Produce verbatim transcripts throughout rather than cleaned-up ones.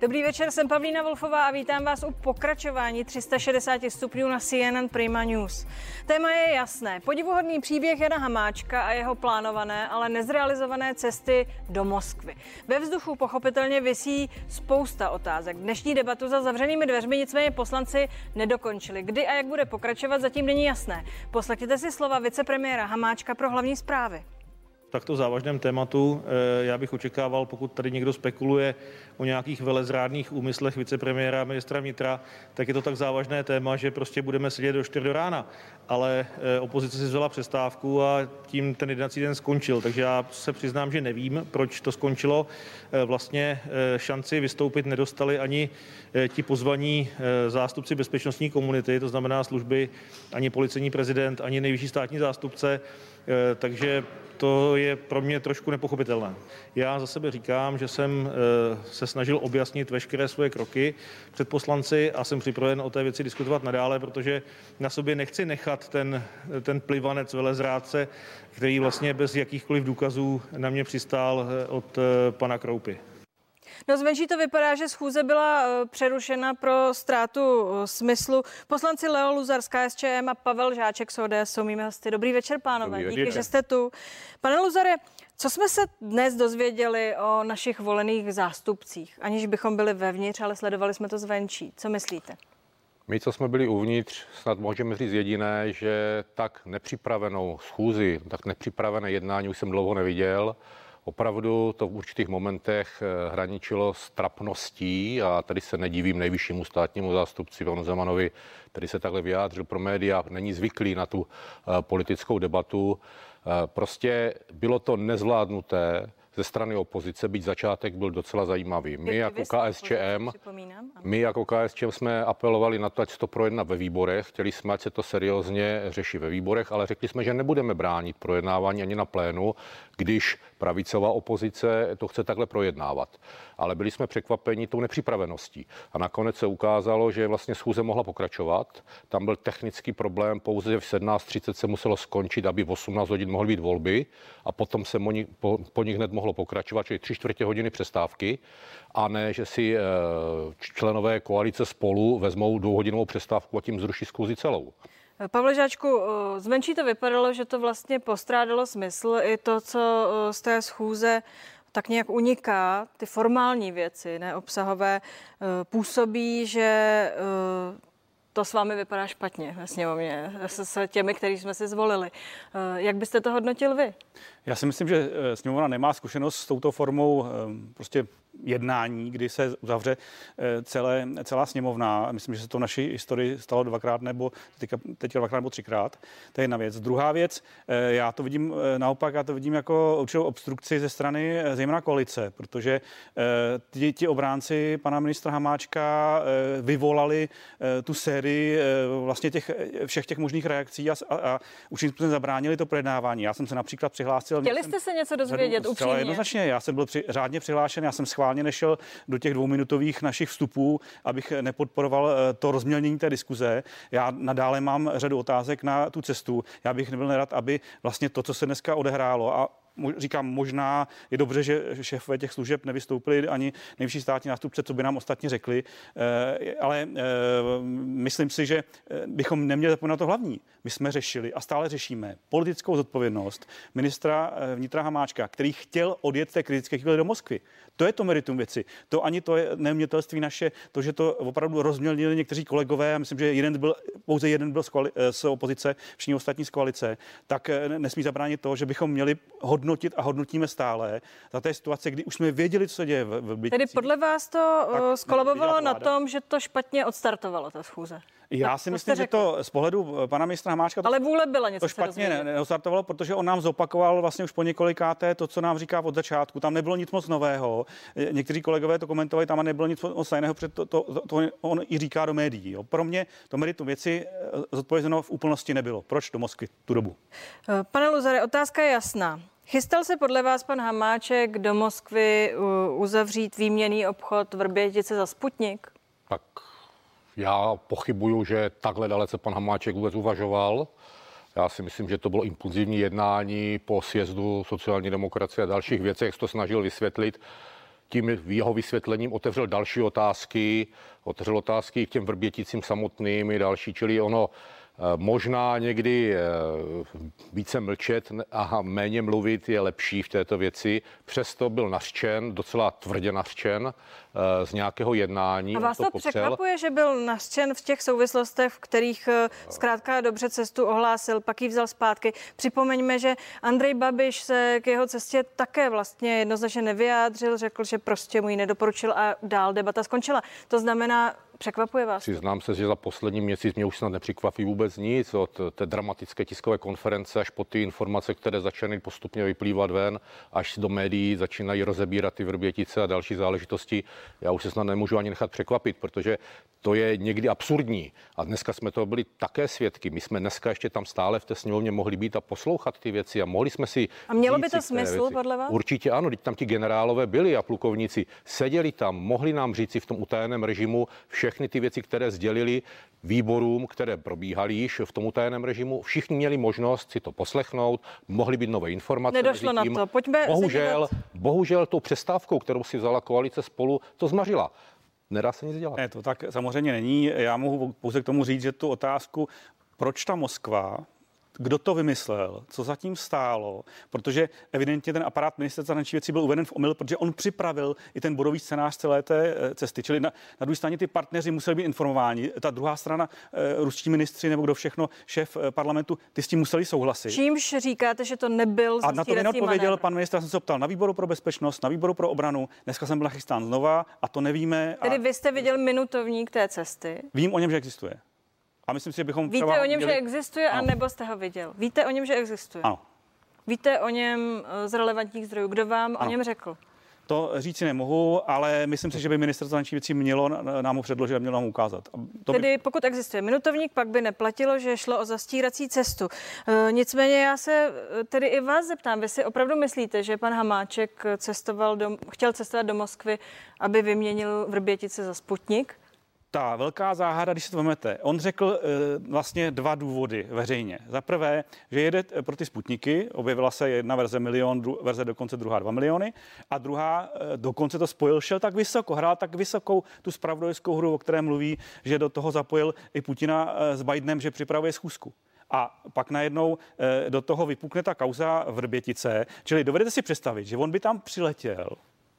Dobrý večer, jsem Pavlína Wolfová a vítám vás u pokračování tři sta šedesát stupňů na C N N Prima News. Téma je jasné. Podivuhodný příběh Jana Hamáčka a jeho plánované, ale nezrealizované cesty do Moskvy. Ve vzduchu pochopitelně visí spousta otázek. Dnešní debatu za zavřenými dveřmi nicméně poslanci nedokončili. Kdy a jak bude pokračovat, zatím není jasné. Poslechněte si slova vicepremiéra Hamáčka pro hlavní zprávy. Takto závažném tématu já bych očekával, pokud tady někdo spekuluje o nějakých velezrádných úmyslech vicepremiéra a ministra vnitra, tak je to tak závažné téma, že prostě budeme sedět do čtyř do rána. Ale opozice si vzala přestávku a tím ten jednací den skončil. Takže já se přiznám, že nevím, proč to skončilo. Vlastně šanci vystoupit nedostali ani ti pozvaní zástupci bezpečnostní komunity, to znamená služby, ani policejní prezident, ani nejvyšší státní zástupce. Takže to je pro mě trošku nepochopitelné. Já za sebe říkám, že jsem se snažil objasnit veškeré svoje kroky před poslanci a jsem připraven o té věci diskutovat nadále, protože na sobě nechci nechat ten, ten plivanec velezrádce, který vlastně bez jakýchkoliv důkazů na mě přistál od pana Kroupy. No zvenčí to vypadá, že schůze byla přerušena pro ztrátu smyslu. Poslanci Leo Luzar z K S Č M a Pavel Žáček z O D S jsou mými hosty. Dobrý večer, pánové. Dobrý Díky, že jste tu. Pane Luzare, co jsme se dnes dozvěděli o našich volených zástupcích? Aniž bychom byli vevnitř, ale sledovali jsme to zvenčí. Co myslíte? My, co jsme byli uvnitř, snad můžeme říct jediné, že tak nepřipravenou schůzi, tak nepřipravené jednání už jsem dlouho neviděl. Opravdu to v určitých momentech hraničilo s trapností a tady se nedivím nejvyššímu státnímu zástupci panu Zemanovi, který se takhle vyjádřil pro média, není zvyklý na tu politickou debatu. Prostě bylo to nezvládnuté ze strany opozice, byť začátek byl docela zajímavý. My jako K S Č M, my jako K S Č M jsme apelovali na to, ať se to projedná ve výborech, chtěli jsme, ať se to seriózně řeší ve výborech, ale řekli jsme, že nebudeme bránit projednávání ani na plénu, když pravicová opozice to chce takhle projednávat. Ale byli jsme překvapeni tou nepřipraveností. A nakonec se ukázalo, že vlastně schůze mohla pokračovat. Tam byl technický problém, pouze v sedmnáct třicet se muselo skončit, aby v osmnáct hodin mohly být volby a potom se po, po nich hned mohlo pokračovat, čili tři čtvrtě hodiny přestávky, a ne, že si členové koalice Spolu vezmou dvouhodinovou přestávku a tím zruší schůzi celou. Pavle Žáčku, zvenčí to vypadalo, že to vlastně postrádalo smysl. I to, co z té schůze tak nějak uniká, ty formální věci, neobsahové, působí, že to s vámi vypadá špatně ve sněmovně, s těmi, který jsme si zvolili. Jak byste to hodnotil vy? Já si myslím, že sněmovna nemá zkušenost s touto formou prostě jednání, kdy se uzavře celé, celá sněmovna. Myslím, že se to v naší historii stalo dvakrát nebo teďka, teďka dvakrát nebo třikrát. To je jedna věc. Druhá věc, já to vidím naopak, já to vidím jako určitou obstrukci ze strany zejména koalice, protože ti, ti obránci pana ministra Hamáčka vyvolali tu sérii vlastně těch, všech těch možných reakcí a, a, a určitým způsobem zabránili to projednávání. Já jsem se například přihlásil. Chtěli jste se něco dozvědět upřímně? Jednoznačně, já jsem byl při, řádně přihlášen, já jsem schválně nešel do těch dvouminutových našich vstupů, abych nepodporoval to rozmělnění té diskuze. Já nadále mám řadu otázek na tu cestu. Já bych nebyl nerad, aby vlastně to, co se dneska odehrálo, a říkám, možná je dobře, že šéfové těch služeb nevystoupili ani nejvyšší státní nástupce, co by nám ostatní řekli, ale myslím si, že bychom neměli zapomenout to hlavní. My jsme řešili a stále řešíme politickou zodpovědnost ministra vnitra Hamáčka, který chtěl odjet té kritické chvíli do Moskvy. To je to meritum věci. To ani to je neumětelství naše, to, že to opravdu rozmělnili někteří kolegové, já myslím, že jeden byl, pouze jeden byl z, koali, z opozice, všichni ostatní z koalice, tak nesmí zabránit to, že bychom měli hodnotit a hodnotíme stále za té situace, kdy už jsme věděli, co se děje v, v Tedy podle vás to skolabovalo na tom, že to špatně odstartovalo ta schůze? Já tak si myslím, že to z pohledu pana ministra Hamáčka to, ale vůle byla něco to špatně neodstartovalo, protože on nám zopakoval vlastně už po několikáté to, co nám říká od začátku. Tam nebylo nic moc nového. Někteří kolegové to komentovali, tam nebylo nic moc jiného, protože to, to, to, to on i říká do médií. Jo. Pro mě to meritum věci zodpovězeno v úplnosti nebylo. Proč do Moskvy tu dobu? Pane Luzare, otázka je jasná. Chystal se podle vás pan Hamáček do Moskvy uzavřít výměnný obchod Vrbětice za Sputnik? Tak já pochybuju, že takhle dalece pan Hamáček vůbec uvažoval. Já si myslím, že to bylo impulzivní jednání po sjezdu sociální demokracie a dalších věcech, jak se to snažil vysvětlit. tím jeho vysvětlením otevřel další otázky, otevřel otázky k těm Vrběticím samotným i další, čili ono možná někdy více mlčet a méně mluvit je lepší v této věci. Přesto byl nařčen, docela tvrdě nařčen z nějakého jednání. A vás to, to překvapuje, že byl nařčen v těch souvislostech, v kterých zkrátka dobře cestu ohlásil, pak ji vzal zpátky. Připomeňme, že Andrej Babiš se k jeho cestě také vlastně jednoznačně nevyjádřil, řekl, že prostě mu ji nedoporučil a dál debata skončila. To znamená, překvapuje vás? Přiznám se, že za poslední měsíc mě už snad nepřekvapí vůbec nic od té dramatické tiskové konference až po ty informace, které začínají postupně vyplývat ven, až do médií začínají rozebírat ty Vrbětice a další záležitosti. Já už se snad nemůžu ani nechat překvapit, protože to je někdy absurdní. A dneska jsme toho byli také svědky. My jsme dneska ještě tam stále v té sněmovně mohli být a poslouchat ty věci a mohli jsme si. A mělo by to smysl věci. Podle vás? Určitě ano, teď tam ti generálové byli a plukovníci seděli tam, mohli nám říci v tom utajeném režimu všechny ty věci, které sdělili výborům, které probíhaly již v tom utajeném režimu. Všichni měli možnost si to poslechnout, mohly být nové informace. Nedošlo na to. Pojďme bohužel, bohužel tou přestávkou, kterou si vzala koalice Spolu, to zmařila. Nedá se nic dělat. Ne, to tak samozřejmě není. Já mohu pouze k tomu říct, že tu otázku, proč ta Moskva, kdo to vymyslel, co zatím stálo, protože evidentně ten aparát ministerstva zahraničních věcí byl uveden v omyl, protože on připravil i ten bodový scénář celé té cesty. Čili na, na druhé straně ty partneři museli být informováni. Ta druhá strana, e, ruští ministři nebo kdo všechno, šéf e, parlamentu, ty s tím museli souhlasit. Čímž říkáte, že to nebyl a na to neodpověděl pan ministr, já jsem se ptal na výboru pro bezpečnost, na výboru pro obranu. Dneska jsem byl nachystán znova a to nevíme. Tedy a... vy jste viděl minutovník té cesty? Vím o něm, že existuje. A myslím si, že bychom Víte o něm, měli... že existuje, ano. Anebo jste ho viděl? Víte o něm, že existuje? Ano. Víte o něm z relevantních zdrojů? Kdo vám ano. o něm řekl? To říci nemohu, ale myslím si, že by ministerstvo zahraničních věcí mělo nám ho předložit a mělo nám ukázat. To Tedy by... pokud existuje minutovník, pak by neplatilo, že šlo o zastírací cestu. E, nicméně já se tedy i vás zeptám, vy si opravdu myslíte, že pan Hamáček cestoval do, chtěl cestovat do Moskvy, aby vyměnil Vrbětice za Sputnik? Ta velká záhada, když si to vezmete, on řekl e, vlastně dva důvody veřejně. Za prvé, že jede pro ty Sputniky, objevila se jedna verze milion, dru, verze dokonce druhá dva miliony a druhá e, dokonce to spojil, šel tak vysoko, hrál tak vysokou tu zpravodajskou hru, o které mluví, že do toho zapojil i Putina e, s Bidenem, že připravuje schůzku. A pak najednou e, do toho vypukne ta kauza Vrbětice, čili dovedete si představit, že on by tam přiletěl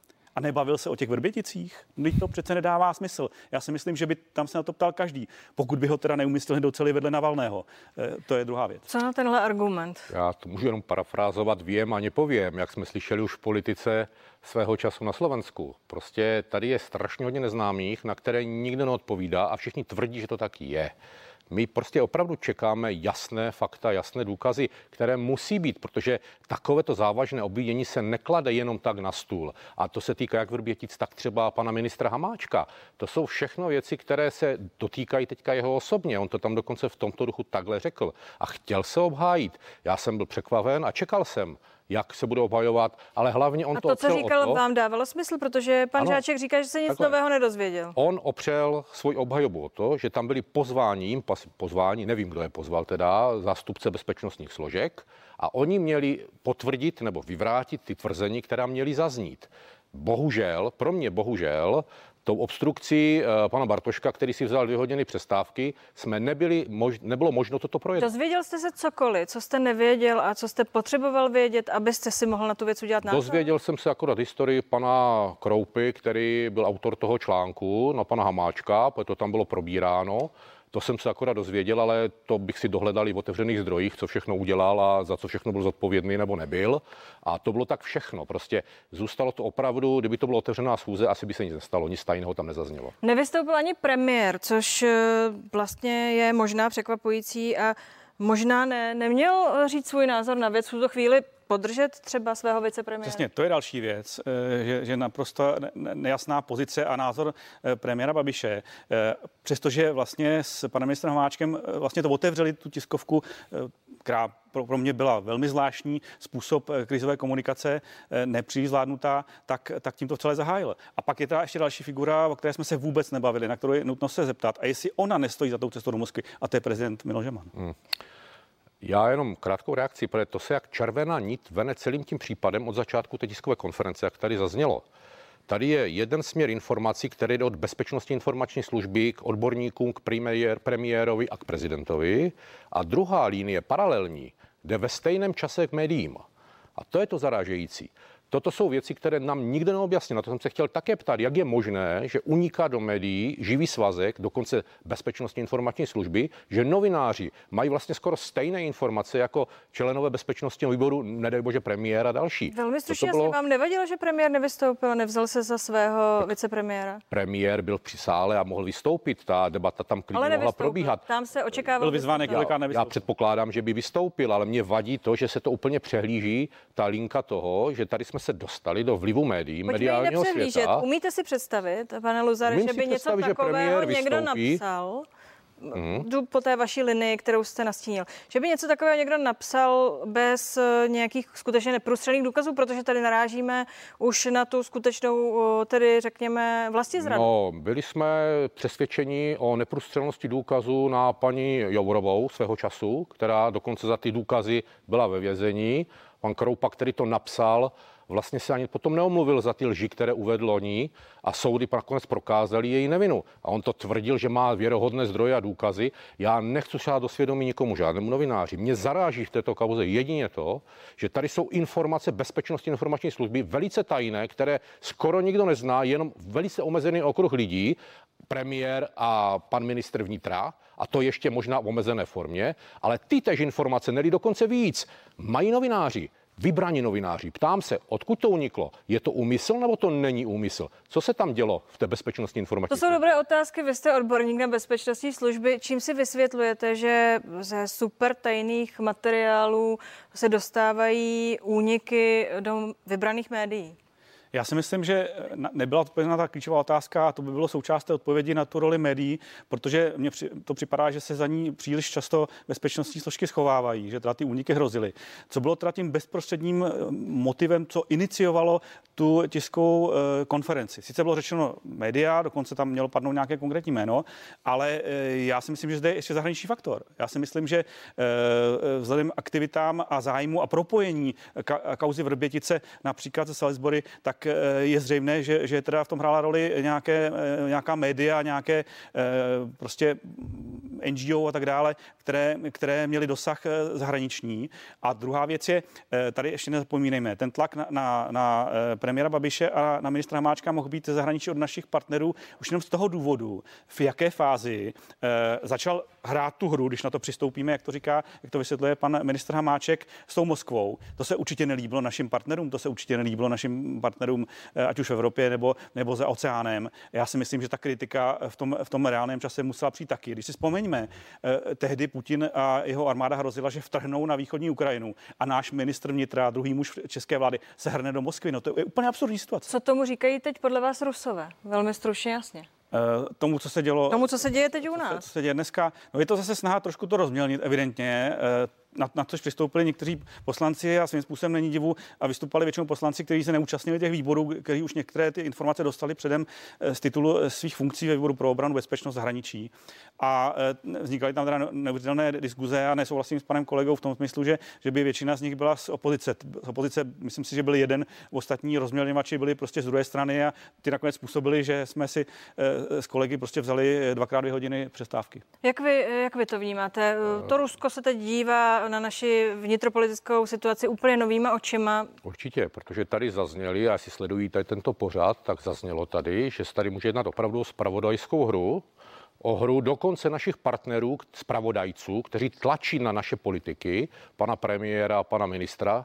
a nebavil se o těch Vrběticích? Teď to přece nedává smysl. Já si myslím, že by tam se na to ptal každý, pokud by ho teda neumysleli docela vedle Navalného. E, to je druhá věc. Co na tenhle argument? Já to můžu jenom parafrázovat, vím a nepovím, jak jsme slyšeli už v politice svého času na Slovensku. Prostě tady je strašně hodně neznámých, na které nikdo neodpovídá a všichni tvrdí, že to tak je. My prostě opravdu čekáme jasné fakta, jasné důkazy, které musí být, protože takovéto závažné obvinění se neklade jenom tak na stůl. A to se týká jak Vrbětic, tak třeba pana ministra Hamáčka. To jsou všechno věci, které se dotýkají teďka jeho osobně. On to tam dokonce v tomto duchu takhle řekl. A chtěl se obhájit. Já jsem byl překvapen a čekal jsem, jak se bude obhajovat, ale hlavně on a to to, co říkal, to, vám dávalo smysl, protože pan ano, Žáček říká, že se nic takhle nového nedozvěděl. On opřel svůj obhajobu o to, že tam byli pozváni, pozváni, nevím, kdo je pozval teda, zástupce bezpečnostních složek a oni měli potvrdit nebo vyvrátit ty tvrzení, která měly zaznít. Bohužel, pro mě bohužel, tou obstrukcí uh, pana Bartoška, který si vzal dvě hodiny přestávky, jsme nebyli, mož, nebylo možno toto projednat. Dozvěděl jste se cokoliv, co jste nevěděl a co jste potřeboval vědět, abyste si mohl na tu věc udělat názor? Dozvěděl jsem se akorát historii pana Kroupy, který byl autor toho článku na pana Hamáčka, protože to tam bylo probíráno. To jsem se akorát dozvěděl, ale to bych si dohledal i v otevřených zdrojích, co všechno udělal a za co všechno byl zodpovědný nebo nebyl. A to bylo tak všechno. Prostě zůstalo to opravdu, kdyby to bylo otevřená schůze, asi by se nic nestalo, nic tajného tam nezaznělo. Nevystoupil ani premiér, což vlastně je možná překvapující a možná ne, neměl říct svůj názor na věc v tuto chvíli, podržet třeba svého vicepremiéra? Přesně, to je další věc, že, že naprosto nejasná pozice a názor premiéra Babiše. Přestože vlastně s panem ministrem Hamáčkem vlastně to otevřeli tu tiskovku, která pro, pro mě byla velmi zvláštní, způsob krizové komunikace, nepříliš zvládnutá, tak, tak tím to celé zahájil. A pak je ta ještě další figura, o které jsme se vůbec nebavili, na kterou je nutno se zeptat. A jestli ona nestojí za tou cestou do Moskvy, a to je prezident Miloš Zeman. Hmm. Já jenom krátkou reakci, protože to se jak červená nit vene celým tím případem od začátku té tiskové konference, jak tady zaznělo. Tady je jeden směr informací, který jde od Bezpečnostní informační služby k odborníkům, k premiér, premiérovi a k prezidentovi. A druhá linie, paralelní, jde ve stejném čase k médiím. A to je to zarážející. Toto jsou věci, které nám nikdo neobjasnil. Na to jsem se chtěl také ptát, jak je možné, že uniká do médií živý svazek, dokonce Bezpečnostní informační služby, že novináři mají vlastně skoro stejné informace jako členové bezpečnostního výboru, nedej bože premiér a další. Velmi stručně, bylo... vám nevadilo, že premiér nevystoupil, nevzal se za svého tak vicepremiéra? Premiér byl při sále a mohl vystoupit, ta debata tam klidně mohla probíhat. Tam se očekával. Byl vyzván několika, já, já předpokládám, že by vystoupil, ale mě vadí to, že se to úplně přehlíží, ta linka toho, že tady jsme se dostali do vlivu médií, Pojďme mediálního světa. Umíte si představit, pane Luzare, že by něco takového někdo napsal? Mm. Jdu po té vaší linii, kterou jste nastínil. Že by něco takového někdo napsal bez nějakých skutečně neprůstřelných důkazů, protože tady narážíme už na tu skutečnou, tedy řekněme, vlastizradu. No, byli jsme přesvědčeni o neprůstřelnosti důkazů na paní Jourovou svého času, která dokonce za ty důkazy byla ve vězení. Pan Kroupa, který to napsal, vlastně se ani potom neomluvil za ty lži, které uvedl oni, a soudy nakonec prokázali její nevinu. A on to tvrdil, že má věrohodné zdroje a důkazy. Já nechci šát do svědomí nikomu, žádnému novináři. Mě zaráží v této kauze jedině to, že tady jsou informace Bezpečnostní informační služby velice tajné, které skoro nikdo nezná, jenom velice omezený okruh lidí, premiér a pan ministr vnitra, a to ještě možná v omezené formě, ale ty též informace, neli dokonce víc, mají novináři. Vybraní novináři. Ptám se, odkud to uniklo? Je to úmysl nebo to není úmysl? Co se tam dělo v té Bezpečnostní informační službě? To jsou dobré otázky. Vy jste odborník na bezpečnostní služby. Čím si vysvětlujete, že ze super tajných materiálů se dostávají úniky do vybraných médií? Já si myslím, že nebyla odpovězena ta klíčová otázka a to by bylo součást té odpovědi na tu roli médií, protože mně to připadá, že se za ní příliš často bezpečnostní složky schovávají, že teda ty úniky hrozily. Co bylo teda tím bezprostředním motivem, co iniciovalo tu tiskovou konferenci? Sice bylo řečeno média, dokonce tam mělo padnout nějaké konkrétní jméno, ale já si myslím, že zde je ještě zahraniční faktor. Já si myslím, že vzhledem aktivitám a zájmu a propojení kauzy Vrbětice například ze Salisbury, tak je zřejmé, že, že teda v tom hrála roli nějaké, nějaká média, nějaké prostě N G O a tak dále, které, které měly dosah zahraniční. A druhá věc je, tady ještě nezapomínejme, ten tlak na, na, na premiéra Babiše a na ministra Hamáčka mohl být zahraničí od našich partnerů už jenom z toho důvodu, v jaké fázi začal hrát tu hru, když na to přistoupíme, jak to říká, jak to vysvětluje pan ministr Hamáček, s tou Moskvou. To se určitě nelíbilo našim partnerům, to se určitě nelíbilo našim partnerům, ať už v Evropě nebo, nebo za oceánem. Já si myslím, že ta kritika v tom, v tom reálném čase musela přijít taky. Když si vzpomeňme, tehdy Putin a jeho armáda hrozila, že vtrhnou na východní Ukrajinu a náš ministr vnitra, druhý muž české vlády, se hrne do Moskvy. No to je úplně absurdní situace. Co tomu říkají teď podle vás Rusové? Velmi stručně, jasně. Tomu, co se dělo. Tomu, co se děje teď u nás. Co se, co se děje dneska. No je to zase snaha trošku to rozmělnit, evidentně. Na, na což přistoupili někteří poslanci a svým způsobem není divu a vystupovali většinou poslanci, kteří se neúčastnili těch výborů, kteří už některé ty informace dostali předem z titulu svých funkcí ve výboru pro obranu, bezpečnost, zahraničí. A vznikaly tam teda neuvěřitelné diskuze a nesouhlasím s panem kolegou v tom smyslu, že, že by většina z nich byla z opozice. Z opozice, myslím si, že byl jeden, ostatní rozmělňovači byli prostě z druhé strany a ty nakonec způsobili, že jsme si s kolegy prostě vzali dvakrát dvě hodiny přestávky. Jak vy, jak vy to vnímáte? To Rusko se teď dívá na naši vnitropolitickou situaci úplně novýma očima. Určitě, protože tady zazněli, a jestli sledují tady tento pořad, tak zaznělo tady, že se tady může jednat opravdu o zpravodajskou hru, o hru dokonce našich partnerů, zpravodajců, kteří tlačí na naše politiky, pana premiéra a pana ministra.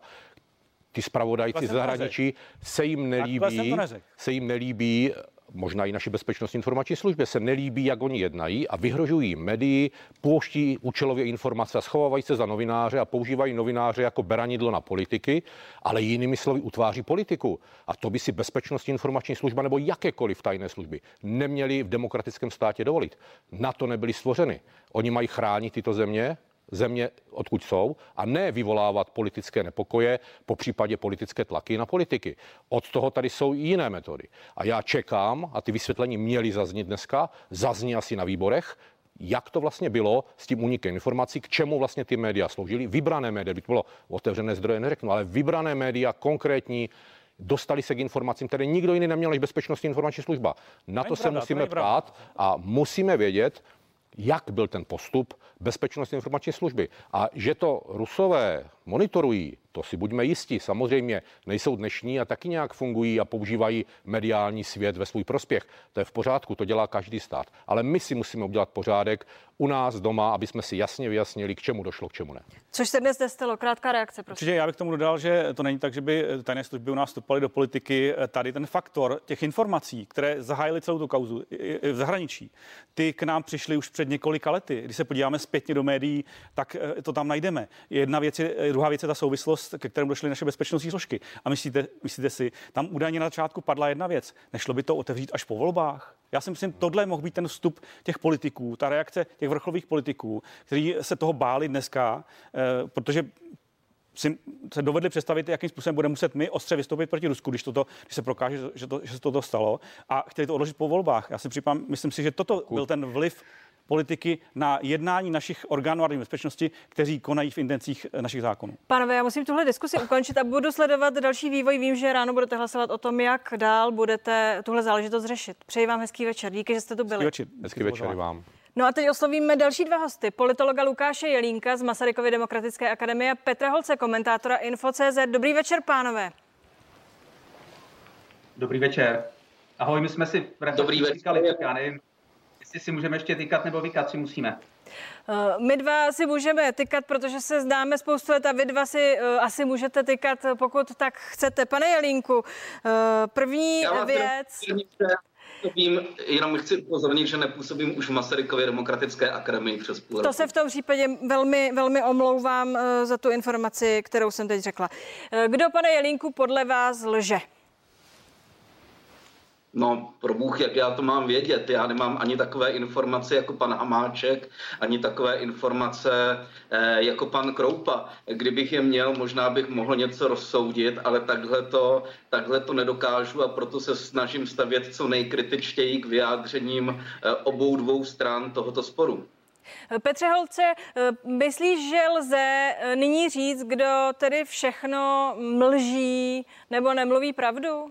Ty zpravodajci z zahraničí se jim nelíbí, se jim nelíbí možná i naší bezpečnostní informační službě se nelíbí, jak oni jednají a vyhrožují médii, pouští účelově informace a schovávají se za novináře a používají novináře jako beranidlo na politiky, ale jinými slovy utváří politiku. A to by si bezpečnostní informační služba nebo jakékoliv tajné služby neměly v demokratickém státě dovolit. Na to nebyly stvořeny. Oni mají chránit tyto země, země, odkud jsou, a ne vyvolávat politické nepokoje, po případě politické tlaky na politiky. Od toho tady jsou i jiné metody. A já čekám, a ty vysvětlení měly zaznít dneska, zazní asi na výborech, jak to vlastně bylo s tím únikem informací, k čemu vlastně ty média sloužily. Vybrané média, by to bylo otevřené zdroje, neřeknu, ale vybrané média, konkrétní, dostali se k informacím, které nikdo jiný neměl než Bezpečnostní informační služba. Na to se musíme ptát a musíme vědět, jak byl ten postup Bezpečnostní informační služby. A že to Rusové monitorují, to si buďme jistí. Samozřejmě nejsou dnešní a taky nějak fungují a používají mediální svět ve svůj prospěch. To je v pořádku, to dělá každý stát. Ale my si musíme udělat pořádek u nás doma, aby jsme si jasně vyjasnili, k čemu došlo, k čemu ne. Což se dnes nestalo. Krátká reakce, prosím. Určitě já bych k tomu dodal, že to není tak, že by tajné služby u nás vstupovaly do politiky. Tady ten faktor těch informací, které zahájily celou tu kauzu v zahraničí, ty k nám přišly už před několika lety. Když se podíváme zpětně do médií, tak to tam najdeme. Jedna věc je, druhá věc je ta souvislost, ke kterému došly naše bezpečnostní složky. A myslíte, myslíte si, tam údajně na začátku padla jedna věc. Nešlo by to otevřít až po volbách? Já si myslím, tohle mohl být ten vstup těch politiků, ta reakce těch vrcholových politiků, kteří se toho báli dneska, eh, protože si se dovedli představit, jakým způsobem bude muset my ostře vystoupit proti Rusku, když, toto, když se prokáže, že, to, že se toto stalo, a chtěli to odložit po volbách. Já si připám, myslím si, že toto byl ten vliv politiky na jednání našich orgánů národní bezpečnosti, kteří konají v intencích našich zákonů. Pánové, já musím tuhle diskusi ukončit a budu sledovat další vývoj. Vím, že ráno budete hlasovat o tom, jak dál budete tuhle záležitost řešit. Přeji vám hezký večer. Díky, že jste tu byli. Hezký večer. Hezký večer vám. No a teď oslovíme další dva hosty. Politologa Lukáše Jelínka z Masarykovy demokratické akademie a Petra Holce, komentátora Info tečka cé zet. Dobrý večer, pánové. Dobrý večer. Ahoj, my jsme si v recepci říkali, tak já nevím, jestli si můžeme ještě tykat nebo vykat, si musíme. Uh, my dva si můžeme tykat, protože se známe spoustu let a vy dva si uh, asi můžete tykat, pokud tak chcete. Pane Jelínku, uh, první věc... Vím, jenom chci upozornit, že nepůsobím už v Masarykově demokratické akademii přes půl roku. To se v tom případě velmi, velmi omlouvám uh, za tu informaci, kterou jsem teď řekla. Uh, kdo, pane Jelínku, podle vás lže? No, pro Bůh, jak já to mám vědět. Já nemám ani takové informace jako pan Hamáček, ani takové informace eh, jako pan Kroupa. Kdybych je měl, možná bych mohl něco rozsoudit, ale takhle to, takhle to nedokážu a proto se snažím stavět co nejkritičtěji k vyjádřením eh, obou dvou stran tohoto sporu. Petře Holce, myslíš, že lze nyní říct, kdo tedy všechno mlží nebo nemluví pravdu?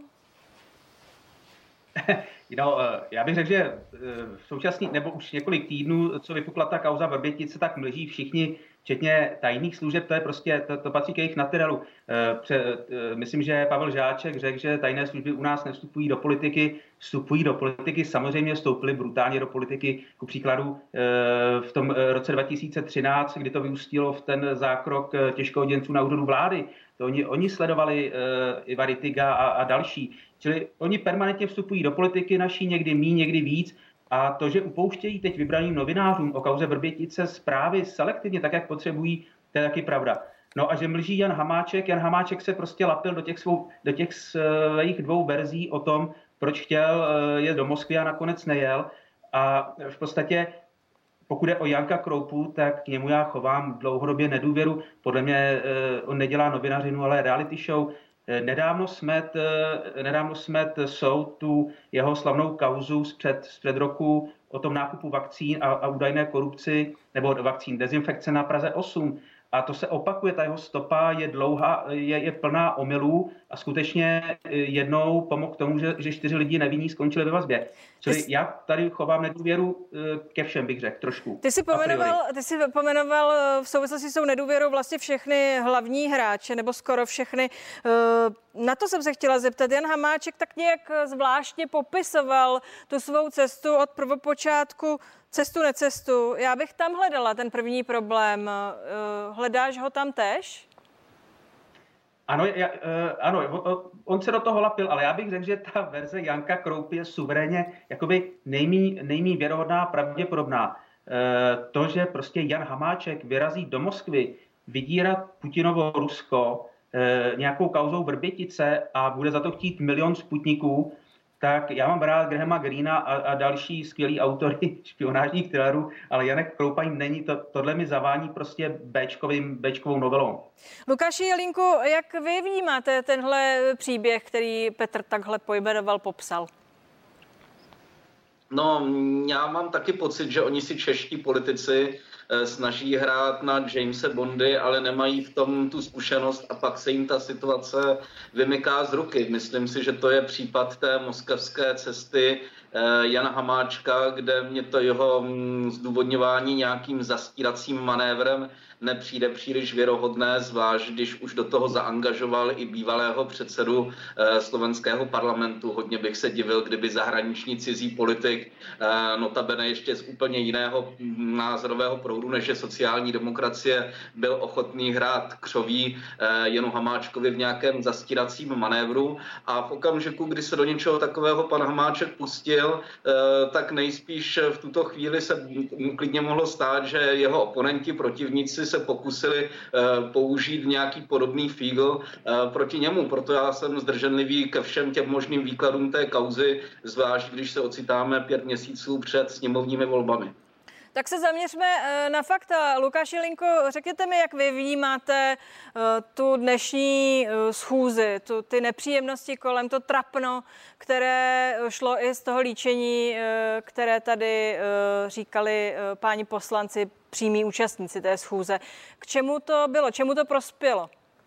No, já bych řekl, že v současný, nebo už několik týdnů, co vypukla ta kauza Vrbětice, tak mlží všichni, včetně tajných služeb, to je prostě, to, to patří k jejich naturelu. Myslím, že Pavel Žáček řekl, že tajné služby u nás nevstupují do politiky, vstupují do politiky, samozřejmě vstoupily brutálně do politiky, ku příkladu v tom roce dva tisíce třináct, kdy to vyústilo v ten zákrok těžkoděnců na úřadu vlády. To oni, oni sledovali Iva Rittiga a, a další. Čili oni permanentně vstupují do politiky naší, někdy míň, někdy víc. A to, že upouštějí teď vybraným novinářům o kauze Vrbětice zprávy selektivně, tak jak potřebují, to je taky pravda. No a že mlží Jan Hamáček, Jan Hamáček se prostě lapil do těch, svou, do těch svých dvou verzí o tom, proč chtěl jet do Moskvy a nakonec nejel. A v podstatě, pokud je o Janka Kroupu, tak k němu já chovám dlouhodobě nedůvěru. Podle mě on nedělá novinařinu, ale reality show. Nedávno Smet, nedávno Smet soud tu jeho slavnou kauzu zpřed, zpřed roku o tom nákupu vakcín a, a údajné korupci, nebo vakcín dezinfekce na Praze osm. A to se opakuje, ta jeho stopa je dlouhá, je, je plná omylů a skutečně jednou pomohl k tomu, že, že čtyři lidi nevinní skončili ve vazbě. Čili já tady chovám nedůvěru ke všem, bych řekl, trošku. Ty jsi pomenoval, ty jsi pomenoval v souvislosti s tou nedůvěrou vlastně všechny hlavní hráče, nebo skoro všechny. Na to jsem se chtěla zeptat. Jan Hamáček tak nějak zvláštně popisoval tu svou cestu od prvopočátku, cestu necestu. Já bych tam hledala ten první problém. Hledáš ho tam též? Ano, já, ano, on se do toho lapil, ale já bych řekl, že ta verze Janka Kroupy je suverénně jakoby nejmí, nejmí věrohodná, pravděpodobná. To, že prostě Jan Hamáček vyrazí do Moskvy vydírat Putinovo Rusko nějakou kauzou Vrbětice a bude za to chtít milion sputniků, tak já mám rád Grahama Greena a, a další skvělý autory špionážních thrillerů, ale Janek Kroupa jim není, to, tohle mi zavání prostě béčkovým, béčkovou novelou. Lukáši Jelínku, jak vy vnímáte tenhle příběh, který Petr takhle pojmenoval, popsal? No, já mám taky pocit, že oni si čeští politici snaží hrát na Jamese Bondy, ale nemají v tom tu zkušenost a pak se jim ta situace vymyká z ruky. Myslím si, že to je případ té moskevské cesty Jana Hamáčka, kde mě to jeho zdůvodňování nějakým zastíracím manévrem nepřijde příliš věrohodné, zvlášť když už do toho zaangažoval i bývalého předsedu slovenského parlamentu. Hodně bych se divil, kdyby zahraniční cizí politik, notabene ještě z úplně jiného názorového proudu, než je sociální demokracie, byl ochotný hrát křoví Janu Hamáčkovi v nějakém zastíracím manévru. A v okamžiku, kdy se do něčeho takového pan Hamáček pustil, tak nejspíš v tuto chvíli se klidně mohlo stát, že jeho oponenti, protivníci se pokusili použít nějaký podobný fígl proti němu. Proto já jsem zdrženlivý ke všem těm možným výkladům té kauzy, zvlášť když se ocitáme pět měsíců před sněmovními volbami. Tak se zaměřme na fakta. Lukáši Linko, řekněte mi, jak vy vnímáte tu dnešní schůzi, tu, ty nepříjemnosti kolem, to trapno, které šlo i z toho líčení, které tady říkali páni poslanci, přímí účastníci té schůze. K čemu to bylo? Čemu to prospělo?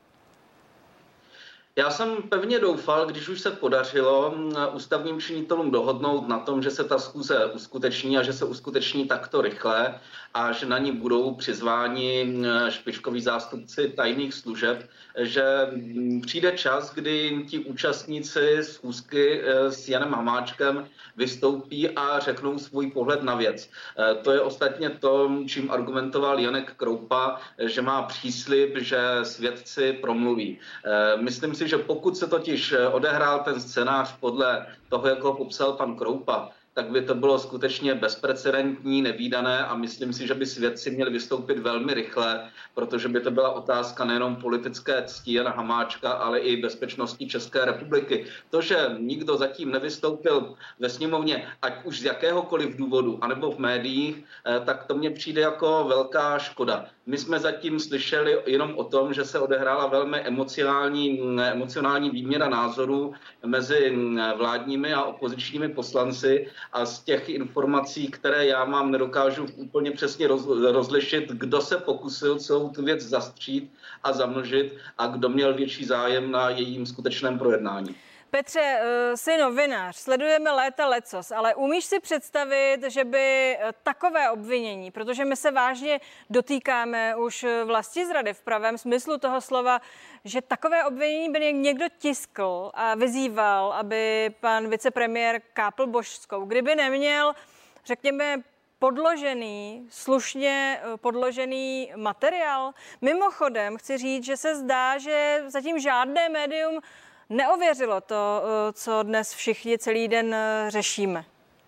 Já jsem pevně doufal, když už se podařilo ústavním činitelům dohodnout na tom, že se ta schůze uskuteční a že se uskuteční takto rychle a že na ní budou přizváni špičkoví zástupci tajných služeb, že přijde čas, kdy ti účastníci schůzky s Janem Hamáčkem vystoupí a řeknou svůj pohled na věc. To je ostatně to, čím argumentoval Janek Kroupa, že má příslib, že svědci promluví. Myslím si, že pokud se totiž odehrál ten scénář podle toho, jak ho popsal pan Kroupa, tak by to bylo skutečně bezprecedentní, nevídané a myslím si, že by svědci měli vystoupit velmi rychle, protože by to byla otázka nejenom politické cti Jana Hamáčka, ale i bezpečnosti České republiky. To, že nikdo zatím nevystoupil ve sněmovně, ať už z jakéhokoliv důvodu, anebo v médiích, tak to mně přijde jako velká škoda. My jsme zatím slyšeli jenom o tom, že se odehrála velmi emocionální, emocionální výměna názorů mezi vládními a opozičními poslanci a z těch informací, které já mám, nedokážu úplně přesně roz, rozlišit, kdo se pokusil celou tu věc zastřít a zamlžit a kdo měl větší zájem na jejím skutečném projednání. Petře, jsi novinář, sledujeme léta lecos, ale umíš si představit, že by takové obvinění, protože my se vážně dotýkáme už vlastizrady v pravém smyslu toho slova, že takové obvinění by někdo tiskl a vyzýval, aby pan vicepremiér kápl božskou, kdyby neměl, řekněme, podložený, slušně podložený materiál. Mimochodem chci říct, že se zdá, že zatím žádné médium neověřilo to, co dnes všichni celý den řešíme.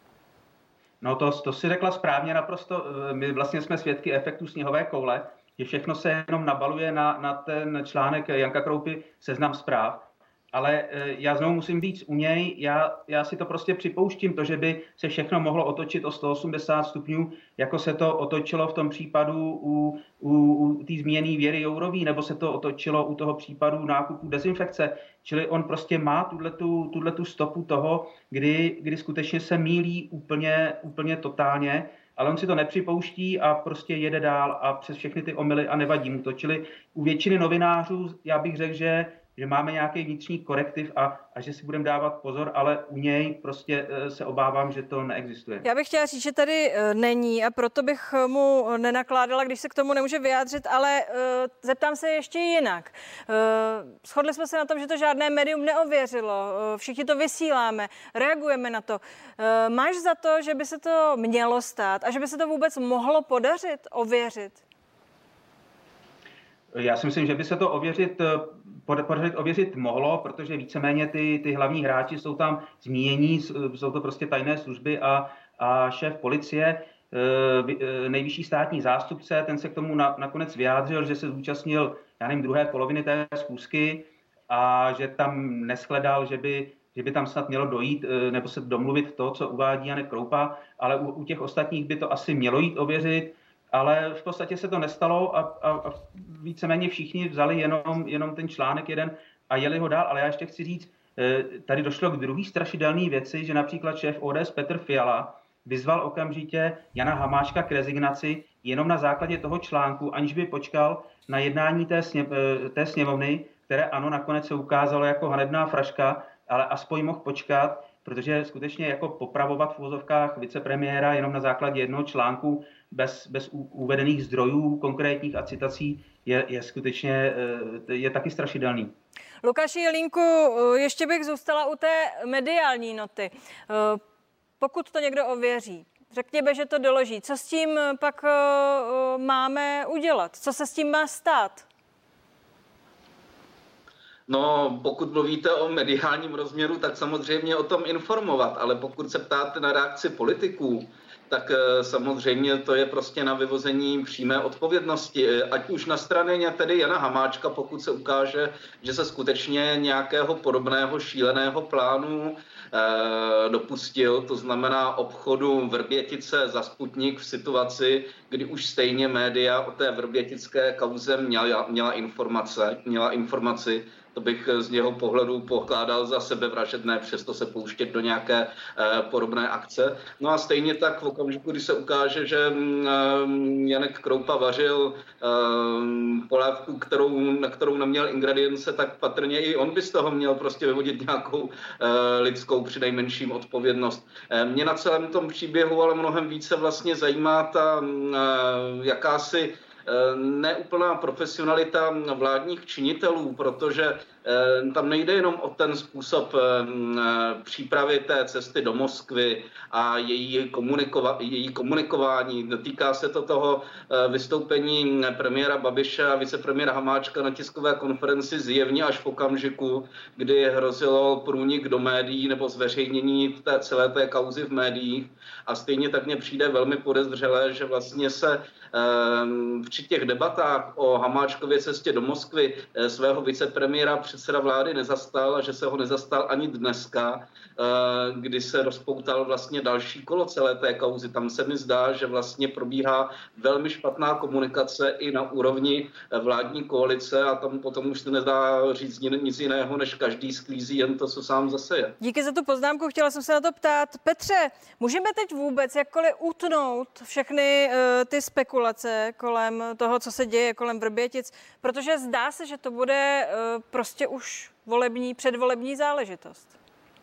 No to, to si řekla správně naprosto. My vlastně jsme svědky efektu sněhové koule, že všechno se jenom nabaluje na, na ten článek Janka Kroupy Seznam zpráv. Ale já znovu musím říct u něj, já, já si to prostě připouštím, to, že by se všechno mohlo otočit o sto osmdesát stupňů, jako se to otočilo v tom případu u, u, u té zmíněné Věry Jourový, nebo se to otočilo u toho případu nákupu dezinfekce. Čili on prostě má tuhletu, tuhletu stopu toho, kdy, kdy skutečně se mýlí úplně, úplně totálně, ale on si to nepřipouští a prostě jede dál a přes všechny ty omyly a nevadí mu to. Čili u většiny novinářů já bych řekl, že že máme nějaký vnitřní korektiv a, a že si budeme dávat pozor, ale u něj prostě se obávám, že to neexistuje. Já bych chtěla říct, že tady není a proto bych mu nenakládala, když se k tomu nemůže vyjádřit, ale uh, zeptám se ještě jinak. Uh, shodli jsme se na tom, že to žádné médium neověřilo, uh, všichni to vysíláme, reagujeme na to. Uh, máš za to, že by se to mělo stát a že by se to vůbec mohlo podařit, ověřit? Já si myslím, že by se to ověřit, podařit ověřit mohlo, protože víceméně ty, ty hlavní hráči jsou tam zmínění, jsou to prostě tajné služby a, a šéf policie, nejvyšší státní zástupce, ten se k tomu na, nakonec vyjádřil, že se zúčastnil, já nevím, druhé poloviny té schůzky a že tam neshledal, že by, že by tam snad mělo dojít nebo se domluvit to, co uvádí Janek Kroupa, ale u, u těch ostatních by to asi mělo jít ověřit. Ale v podstatě se to nestalo a, a, a víceméně všichni vzali jenom, jenom ten článek jeden a jeli ho dál. Ale já ještě chci říct, tady došlo k druhý strašidelné věci, že například šéf O D S Petr Fiala vyzval okamžitě Jana Hamáčka k rezignaci jenom na základě toho článku, aniž by počkal na jednání té, sně, té sněmovny, které ano, nakonec se ukázalo jako hanebná fraška, ale aspoň mohl počkat, protože skutečně jako popravovat v uvozovkách vicepremiéra jenom na základě jednoho článku bez, bez uvedených zdrojů konkrétních a citací je, je skutečně je taky strašidelný. Lukáši Jelínku, ještě bych zůstala u té mediální noty. Pokud to někdo ověří, řekněme, že to doloží. Co s tím pak máme udělat? Co se s tím má stát? No, pokud mluvíte o mediálním rozměru, tak samozřejmě o tom informovat, ale pokud se ptáte na reakci politiků, tak samozřejmě to je prostě na vyvození přímé odpovědnosti. Ať už na straně tedy Jana Hamáčka, pokud se ukáže, že se skutečně nějakého podobného šíleného plánu eh, dopustil, to znamená obchodu Vrbětice za Sputnik v situaci, kdy už stejně média o té vrbětické kauze měla, měla informace, měla informaci, to bych z něho pohledu pokládal za sebevražedné, přesto se pouštět do nějaké e, podobné akce. No a stejně tak v okamžiku, kdy se ukáže, že e, Janek Kroupa vařil e, polévku, kterou, na kterou neměl ingredience, tak patrně i on by z toho měl prostě vyvodit nějakou e, lidskou přinejmenším odpovědnost. E, mě na celém tom příběhu ale mnohem více vlastně zajímá ta e, jakási neúplná profesionalita vládních činitelů, protože tam nejde jenom o ten způsob přípravy té cesty do Moskvy a její, komunikova- její komunikování. Týká se to toho vystoupení premiéra Babiše a vicepremiéra Hamáčka na tiskové konferenci zjevně až v okamžiku, kdy hrozilo průnik do médií nebo zveřejnění té celé té kauzy v médiích. A stejně tak mně přijde velmi podezřelé, že vlastně se při těch debatách o Hamáčkově cestě do Moskvy svého vicepremiéra předseda vlády nezastal a že se ho nezastal ani dneska, kdy se rozpoutal vlastně další kolo celé té kauzy. Tam se mi zdá, že vlastně probíhá velmi špatná komunikace i na úrovni vládní koalice a tam potom už se nedá říct nic jiného, než každý sklízí jen to, co sám zaseje. Díky za tu poznámku, chtěla jsem se na to ptát. Petře, můžeme teď vůbec jakkoliv utnout všechny uh, ty spekulace kolem toho, co se děje kolem Vrbětic, protože zdá se, že to bude uh, prostě už volební, předvolební záležitost.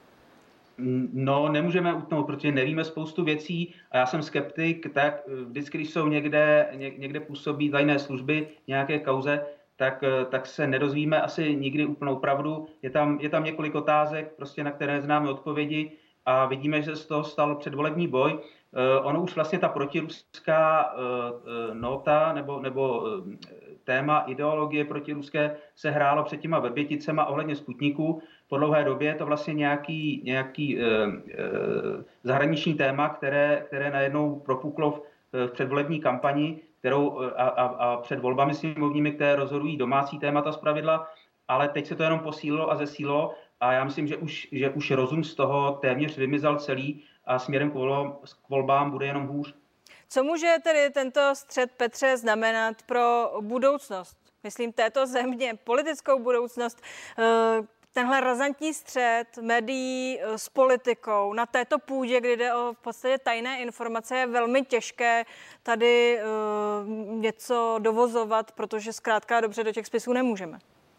No, nemůžeme utnout, protože nevíme spoustu věcí a já jsem skeptik, tak vždycky, když jsou někde, někde působí tajné služby, nějaké kauze, tak, tak se nedozvíme asi nikdy úplnou pravdu. Je tam, je tam několik otázek, prostě na které známe odpovědi a vidíme, že z toho stal předvolební boj. Ono už vlastně ta protiruská nota nebo, nebo téma ideologie protiruské se hrálo před těma Vrběticema ohledně Sputniku. Po dlouhé době je to vlastně nějaký, nějaký eh, eh, zahraniční téma, které, které najednou propuklo v, v předvolební kampani, kterou a, a, a před volbami sněmovními, které rozhodují domácí témata zpravidla, ale teď se to jenom posílilo a zesílilo a já myslím, že už, že už rozum z toho téměř vymizel celý a směrem k volbám bude jenom hůř. Co může tedy tento střet, Petře, znamenat pro budoucnost, myslím, této země, politickou budoucnost, tenhle razantní střet médií s politikou na této půdě, kdy jde o v podstatě tajné informace, je velmi těžké tady něco dovozovat, protože zkrátka dobře do těch spisů nemůžeme.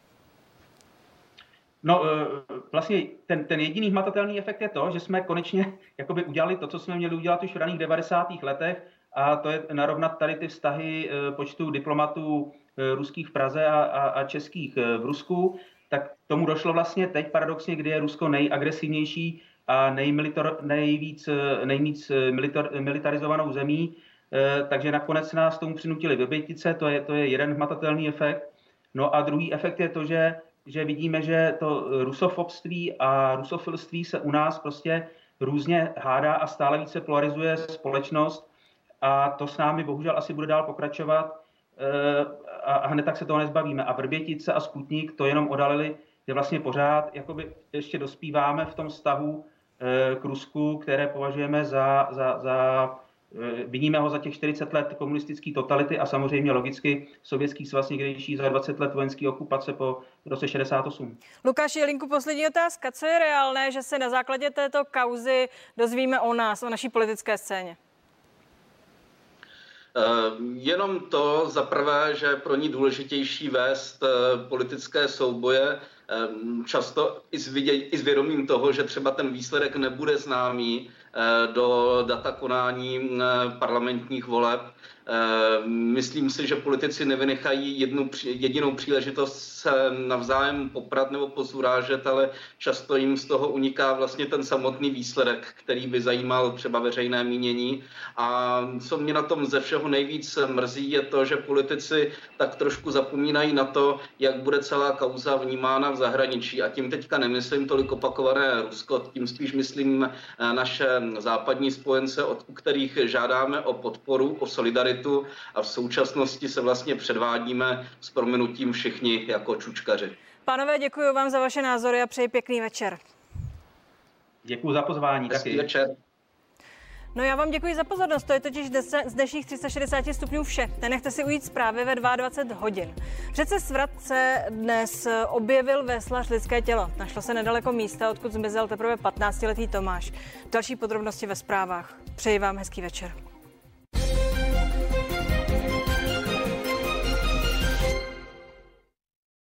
No, vlastně ten, ten jediný hmatatelný efekt je to, že jsme konečně jakoby udělali to, co jsme měli udělat už v raných devadesátých letech, a to je narovnat tady ty vztahy počtu diplomatů ruských v Praze a, a, a českých v Rusku. Tak tomu došlo vlastně teď paradoxně, kdy je Rusko nejagresivnější a nejmilitar, nejvíc, nejvíc militar, militarizovanou zemí. Takže nakonec nás tomu přinutili Vrbětice, to je, to je jeden hmatatelný efekt. No a druhý efekt je to, že že vidíme, že to rusofobství a rusofilství se u nás prostě různě hádá a stále více polarizuje společnost a to s námi bohužel asi bude dál pokračovat a hned tak se toho nezbavíme. A Vrbětice a Sputnik to jenom odhalili, že vlastně pořád jakoby ještě dospíváme v tom vztahu k Rusku, které považujeme za, za, za vidíme ho za těch čtyřicet let komunistické totality a samozřejmě logicky Sovětský svaz někdejší za dvacet let vojenské okupace po roce šedesát osm. Lukáš Jelínku, poslední otázka. Co je reálné, že se na základě této kauzy dozvíme o nás, o naší politické scéně? Jenom to za prvé, že pro ní důležitější vést politické souboje, často i s, viděj, i s vědomím toho, že třeba ten výsledek nebude známý do data konání parlamentních voleb. Myslím si, že politici nevynechají jednu jedinou příležitost se navzájem poprat nebo pozurážet, ale často jim z toho uniká vlastně ten samotný výsledek, který by zajímal třeba veřejné mínění. A co mě na tom ze všeho nejvíc mrzí, je to, že politici tak trošku zapomínají na to, jak bude celá kauza vnímána v zahraničí. A tím teďka nemyslím tolik opakované Rusko, tím spíš myslím naše západní spojence, od kterých žádáme o podporu, o solidaritu, a v současnosti se vlastně předvádíme s prominutím všichni jako čučkaři. Pánové, děkuji vám za vaše názory a přeji pěkný večer. Děkuji za pozvání. Hezký taky. večer. No já vám děkuji za pozornost, to je totiž z dnešních tři sta šedesát stupňů vše. Nenechte si ujít zprávy ve dvacet dva hodin. V řece Svrat se dnes objevil veslař lidské tělo. Našlo se nedaleko místa, odkud zmizel teprve patnáctiletý Tomáš. Další podrobnosti ve zprávách. Přeji vám hezký večer.